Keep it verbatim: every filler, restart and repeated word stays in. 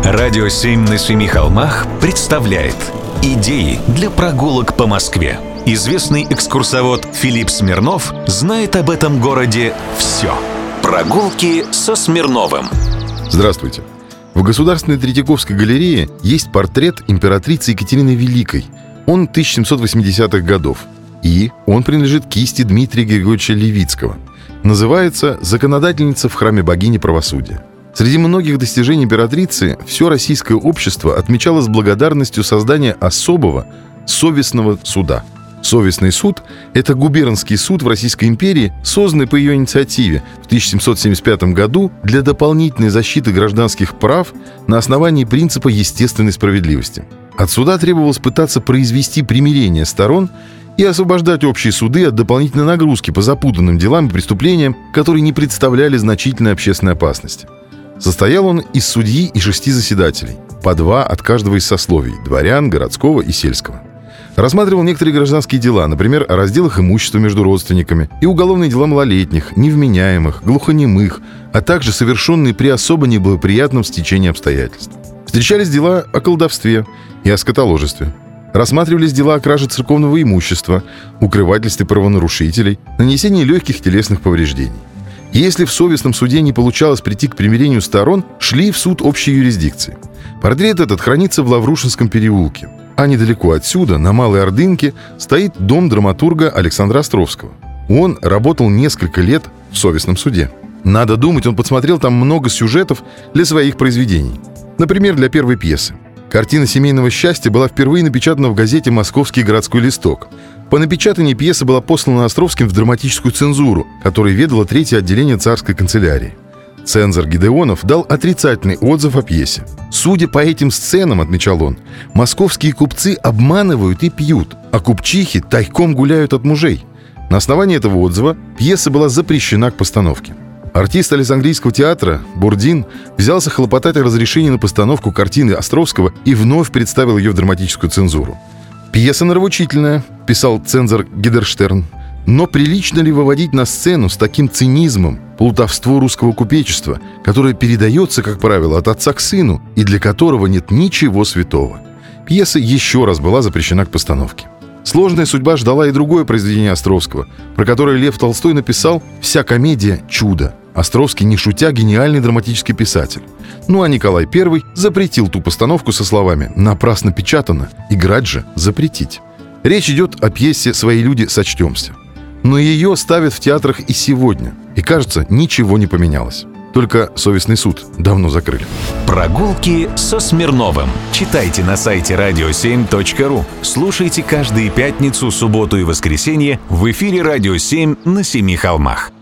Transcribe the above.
Радио семь на семи холмах представляет идеи для прогулок по Москве. Известный экскурсовод Филипп Смирнов знает об этом городе все. Прогулки со Смирновым. Здравствуйте. В Государственной Третьяковской галерее есть портрет императрицы Екатерины Великой. Он тысяча семьсот восьмидесятых годов. И он принадлежит кисти Дмитрия Григорьевича Левицкого. Называется «Законодательница в храме богини правосудия». Среди многих достижений императрицы все российское общество отмечало с благодарностью создание особого совестного суда. Совестный суд – это губернский суд в Российской империи, созданный по ее инициативе в тысяча семьсот семьдесят пятом году для дополнительной защиты гражданских прав на основании принципа естественной справедливости. От суда требовалось пытаться произвести примирение сторон и освобождать общие суды от дополнительной нагрузки по запутанным делам и преступлениям, которые не представляли значительной общественной опасности. Состоял он из судьи и шести заседателей, по два от каждого из сословий – дворян, городского и сельского. Рассматривал некоторые гражданские дела, например, о разделах имущества между родственниками и уголовные дела малолетних, невменяемых, глухонемых, а также совершенные при особо неблагоприятном стечении обстоятельств. Встречались дела о колдовстве и о скотоложестве. Рассматривались дела о краже церковного имущества, укрывательстве правонарушителей, нанесении легких телесных повреждений. Если в совестном суде не получалось прийти к примирению сторон, шли в суд общей юрисдикции. Портрет этот хранится в Лаврушинском переулке. А недалеко отсюда, на Малой Ордынке, стоит дом драматурга Александра Островского. Он работал несколько лет в совестном суде. Надо думать, он подсмотрел там много сюжетов для своих произведений. Например, для первой пьесы. Картина семейного счастья была впервые напечатана в газете «Московский городской листок». По напечатании пьеса была послана Островским в драматическую цензуру, которой ведало третье отделение царской канцелярии. Цензор Гедеонов дал отрицательный отзыв о пьесе. «Судя по этим сценам, — отмечал он, — московские купцы обманывают и пьют, а купчихи тайком гуляют от мужей». На основании этого отзыва пьеса была запрещена к постановке. Артист Александрийского театра Бурдин взялся хлопотать о разрешении на постановку картины Островского и вновь представил ее в драматическую цензуру. «Пьеса нравоучительная, — писал цензор Гидерштерн, — но прилично ли выводить на сцену с таким цинизмом плутовство русского купечества, которое передается, как правило, от отца к сыну и для которого нет ничего святого?» Пьеса еще раз была запрещена к постановке. Сложная судьба ждала и другое произведение Островского, про которое Лев Толстой написал «Вся комедия – чудо». Островский, не шутя, гениальный драматический писатель. Ну а Николай Первый запретил ту постановку со словами «напрасно печатано, играть же запретить». Речь идет о пьесе «Свои люди, сочтемся». Но ее ставят в театрах и сегодня. И, кажется, ничего не поменялось. Только совестный суд давно закрыли. Прогулки со Смирновым. Читайте на сайте радио семь точка ру. Слушайте каждые пятницу, субботу и воскресенье в эфире «Радио семь» на Семи холмах.